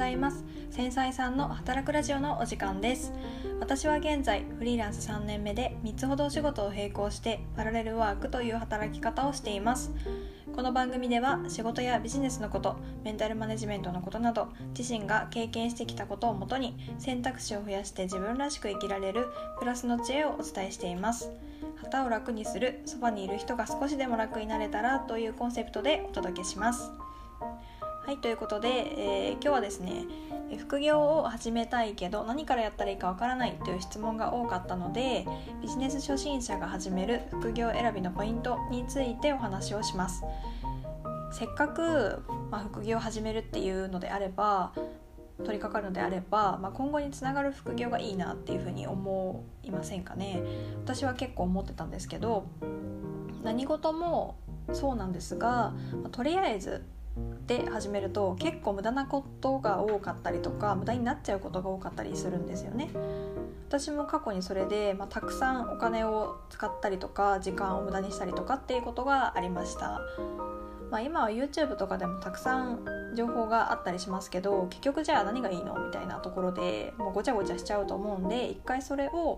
ざいます。繊細さんの働くラジオのお時間です。私は現在フリーランス3年目で3つほどお仕事を並行してパラレルワークという働き方をしています。この番組では仕事やビジネスのこと、メンタルマネジメントのことなど自身が経験してきたことをもとに選択肢を増やして自分らしく生きられるプラスの知恵をお伝えしています。旗を楽にする、そばにいる人が少しでも楽になれたらというコンセプトでお届けします。はい、ということで、今日はですね、副業を始めたいけど何からやったらいいかわからないという質問が多かったので、ビジネス初心者が始める副業選びのポイントについてお話をします。せっかく、副業を始めるっていうのであれば、取り掛かるのであれば、今後につながる副業がいいなっていうふうに思いませんかね。私は結構思ってたんですけど、何事もそうなんですが、とりあえずで始めると結構無駄なことが多かったりとか、無駄になっちゃうことが多かったりするんですよね。私も過去にそれで、たくさんお金を使ったりとか時間を無駄にしたりとかっていうことがありました。今は YouTube とかでもたくさん情報があったりしますけど、結局じゃあ何がいいのみたいなところでもうごちゃごちゃしちゃうと思うんで、一回それを、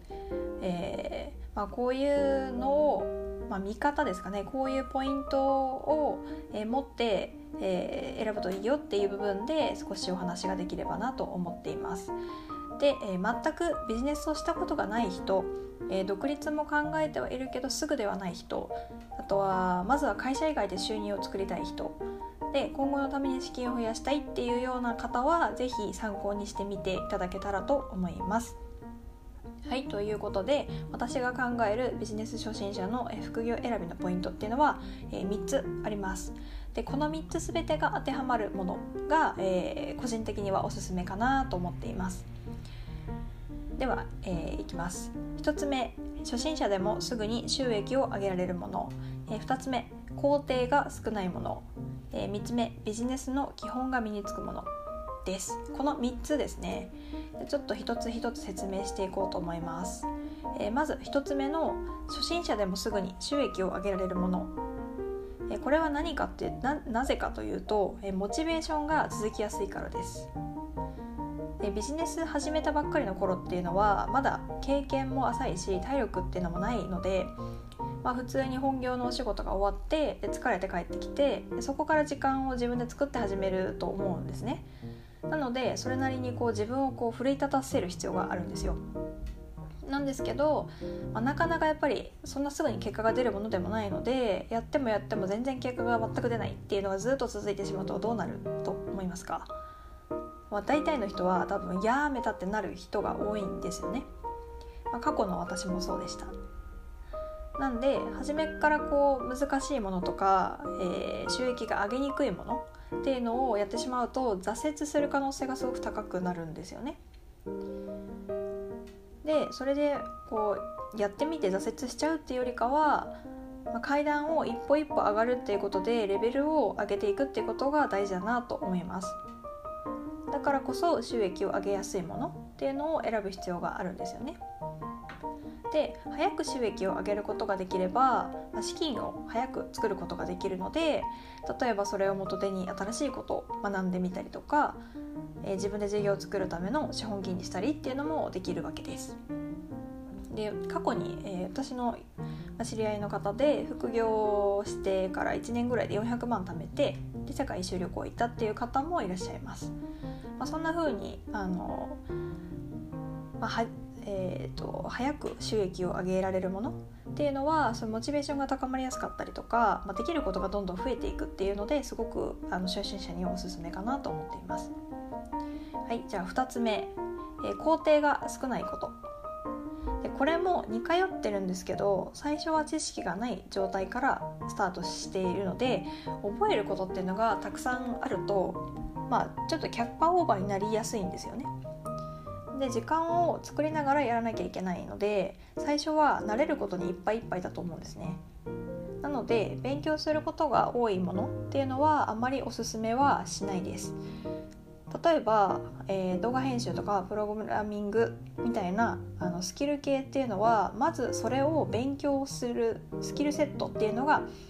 こういうのを見方ですかね、こういうポイントを、持って、選ぶといいよっていう部分で少しお話ができればなと思っています。で、全くビジネスをしたことがない人、独立も考えてはいるけどすぐではない人、あとはまずは会社以外で収入を作りたい人で、今後のために資金を増やしたいっていうような方はぜひ参考にしてみていただけたらと思います。はい、ということで私が考えるビジネス初心者の副業選びのポイントっていうのは3つあります。で、この3つすべてが当てはまるものが個人的にはおすすめかなと思っています。では、いきます。1つ目、初心者でもすぐに収益を上げられるもの。2つ目、工程が少ないもの。3つ目、ビジネスの基本が身につくものです。この3つですね。ちょっと一つ一つ説明していこうと思います。まず1つ目の初心者でもすぐに収益を上げられるもの。これは何かって なぜかというと、モチベーションが続きやすいからです。ビジネス始めたばっかりの頃っていうのはまだ経験も浅いし体力っていうのもないので、普通に本業のお仕事が終わって疲れて帰ってきて、そこから時間を自分で作って始めると思うんですね。なのでそれなりに自分を奮い立たせる必要があるんですよ。なんですけど、なかなかやっぱりそんなすぐに結果が出るものでもないので、やっても全然結果が全く出ないっていうのがずっと続いてしまうとどうなると思いますか？大体の人は多分やめたってなる人が多いんですよね。過去の私もそうでした。なんで初めから難しいものとか、収益が上げにくいものっていうのをやってしまうと挫折する可能性がすごく高くなるんですよね。でそれでやってみて挫折しちゃうっていうよりかは、階段を一歩一歩上がるっていうことでレベルを上げていくっていうことが大事だなと思います。だからこそ収益を上げやすいものっていうのを選ぶ必要があるんですよね。で、早く収益を上げることができれば、資金を早く作ることができるので、例えばそれを元手に新しいことを学んでみたりとか、自分で事業を作るための資本金にしたりっていうのもできるわけです。で、過去に、私の知り合いの方で副業してから1年ぐらいで400万貯めて、で世界一周旅行行ったっていう方もいらっしゃいます。そんな風に早く収益を上げられるものっていうのは、そのモチベーションが高まりやすかったりとか、できることがどんどん増えていくっていうので、すごく初心者におすすめかなと思っています。はい、じゃあ2つ目、工程が少ないこと。でこれも似通ってるんですけど、最初は知識がない状態からスタートしているので、覚えることっていうのがたくさんあると、ちょっとキャッパーオーバーになりやすいんですよね。で、時間を作りながらやらなきゃいけないので、最初は慣れることにいっぱいいっぱいだと思うんですね。なので勉強することが多いものっていうのはあまりおすすめはしないです。例えば、動画編集とかプログラミングみたいなスキル系っていうのは、まずそれを勉強するスキルセットっていうのが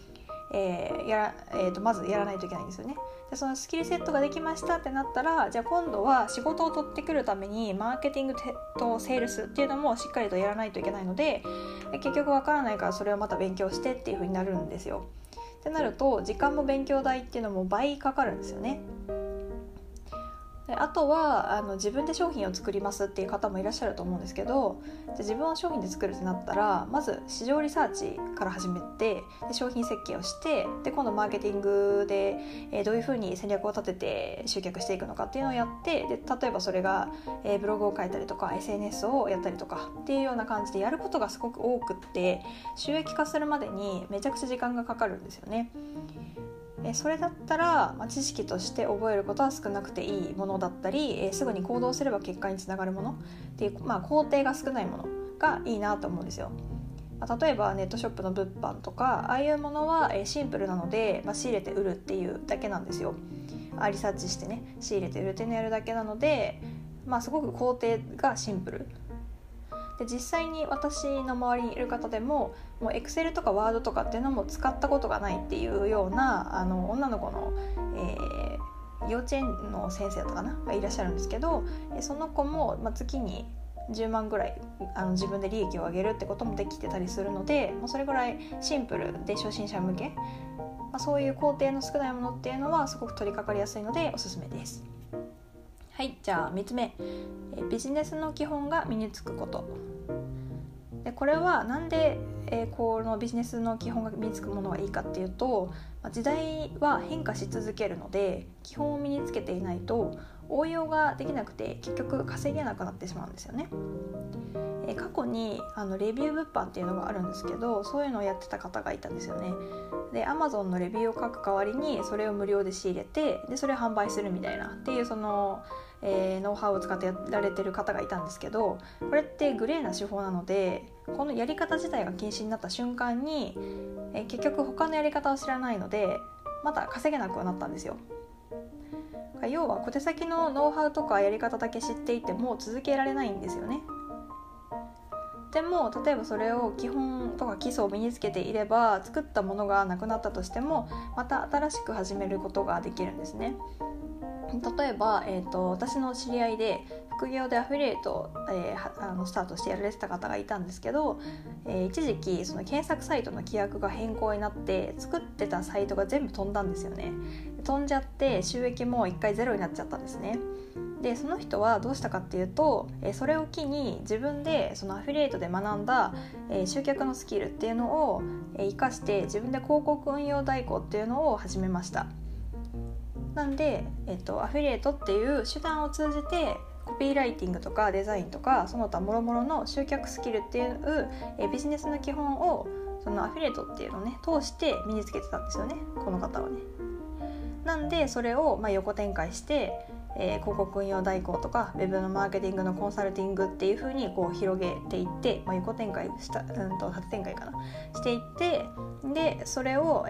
まずやらないといけないんですよね。でそのスキルセットができましたってなったら、じゃあ今度は仕事を取ってくるためにマーケティングとセールスっていうのもしっかりとやらないといけないので、結局わからないからそれをまた勉強してっていう風になるんですよ。ってなると時間も勉強代っていうのも倍かかるんですよね。であとは自分で商品を作りますっていう方もいらっしゃると思うんですけど、じゃ自分は商品で作るってなったら、まず市場リサーチから始めて、で商品設計をして、で今度マーケティングで、どういうふうに戦略を立てて集客していくのかっていうのをやって、で例えばそれが、ブログを書いたりとか SNS をやったりとかっていうような感じでやることがすごく多くって、収益化するまでにめちゃくちゃ時間がかかるんですよね。それだったら、知識として覚えることは少なくていいものだったり、すぐに行動すれば結果につながるものっていう、工程が少ないものがいいなと思うんですよ。例えばネットショップの物販とか、ああいうものはシンプルなので、仕入れて売るっていうだけなんですよ。リサーチしてね、仕入れて売るっていうのをやるだけなので、すごく工程がシンプルで、実際に私の周りにいる方でもう Excel とか Word とかっていうのも使ったことがないっていうような女の子の、幼稚園の先生だったかながいらっしゃるんですけど、その子も、月に10万ぐらい自分で利益を上げるってこともできてたりするので、それぐらいシンプルで初心者向け、そういう工程の少ないものっていうのはすごく取り掛かりやすいのでおすすめです。はい、じゃあ3つ目、ビジネスの基本が身につくこと。でこれはなんで、このビジネスの基本が身につくものがいいかっていうと、時代は変化し続けるので、基本を身につけていないと応用ができなくて結局稼げなくなってしまうんですよね。過去にレビュー物販っていうのがあるんですけど、そういうのをやってた方がいたんですよね。で Amazon のレビューを書く代わりにそれを無料で仕入れて、でそれを販売するみたいなっていうノウハウを使ってやられてる方がいたんですけど、これってグレーな手法なので、このやり方自体が禁止になった瞬間に、結局他のやり方を知らないのでまた稼げなくなったんですよ。要は小手先のノウハウとかやり方だけ知っていても続けられないんですよね。でも例えばそれを基本とか基礎を身につけていれば、作ったものがなくなったとしてもまた新しく始めることができるんですね。例えば、私の知り合いで副業でアフィリエイトを、スタートしてやられてた方がいたんですけど、一時期その検索サイトの規約が変更になって作ってたサイトが全部飛んだんですよね。飛んじゃって収益も1回ゼロになっちゃったんですね。でその人はどうしたかっていうと、それを機に自分でそのアフィリエイトで学んだ、集客のスキルっていうのを活かして自分で広告運用代行っていうのを始めました。なんで、アフィリエイトっていう手段を通じてコピーライティングとかデザインとかその他諸々の集客スキルっていう、ビジネスの基本をそのアフィリエイトっていうのをね通して身につけてたんですよね、この方はね。なんでそれを横展開して、広告運用代行とかウェブのマーケティングのコンサルティングっていう風にこう広げていって、横展開した縦展開かなしていって、でそれを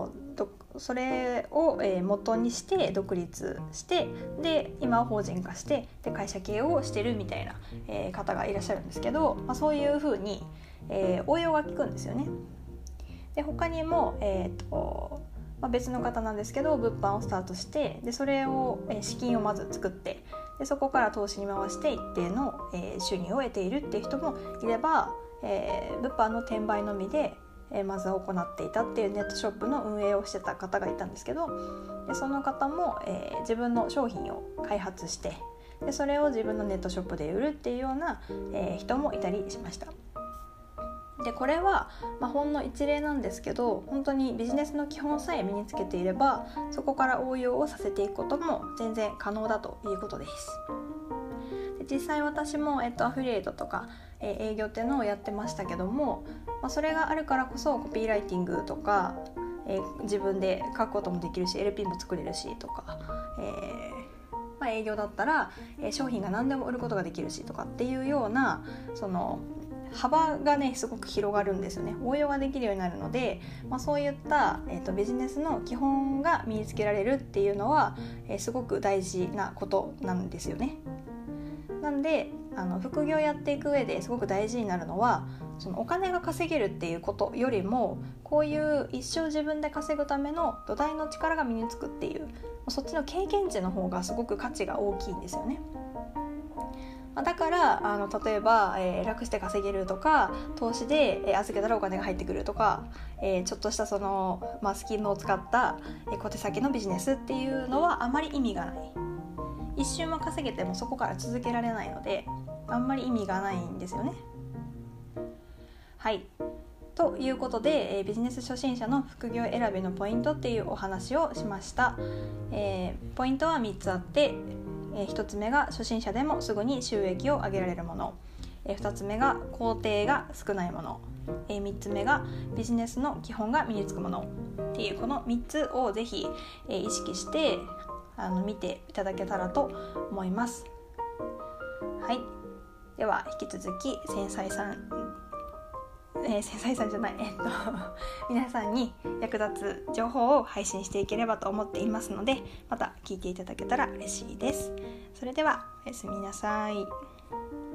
元にして独立して、で今は法人化して、で会社経営をしてるみたいな、方がいらっしゃるんですけど、そういう風に、応用が効くんですよね。で他にも、別の方なんですけど物販をスタートして、でそれを、資金をまず作って、でそこから投資に回して一定の、収入を得ているっていう人もいれば、物販の転売のみでまず行っていたっていうネットショップの運営をしてた方がいたんですけど、でその方も、自分の商品を開発して、でそれを自分のネットショップで売るっていうような、人もいたりしました。でこれは、ほんの一例なんですけど、本当にビジネスの基本さえ身につけていればそこから応用をさせていくことも全然可能だということです。で実際私も、アフィリエイトとか、営業っていうのをやってましたけども、それがあるからこそコピーライティングとか、自分で書くこともできるし LP も作れるしとか、営業だったら、商品が何でも売ることができるしとかっていうようなその幅がねすごく広がるんですよね。応用ができるようになるので、そういった、ビジネスの基本が身につけられるっていうのは、すごく大事なことなんですよね。なんで副業やっていく上ですごく大事になるのは、そのお金が稼げるっていうことよりも、こういう一生自分で稼ぐための土台の力が身につくっていう、そっちの経験値の方がすごく価値が大きいんですよね。だから例えば、楽して稼げるとか、投資で、預けたらお金が入ってくるとか、ちょっとしたその、スキルを使った、小手先のビジネスっていうのはあまり意味がない。一瞬は稼げてもそこから続けられないので、あんまり意味がないんですよね。はい、ということで、ビジネス初心者の副業選びのポイントっていうお話をしました。ポイントは3つあって、1つ目が初心者でもすぐに収益を上げられるもの、2つ目が工程が少ないもの、3つ目がビジネスの基本が身につくものっていう、この3つをぜひ、意識して見ていただけたらと思います。はい、では引き続き繊細さんじゃない皆さんに役立つ情報を配信していければと思っていますので、また聞いていただけたら嬉しいです。それではおやすみなさい。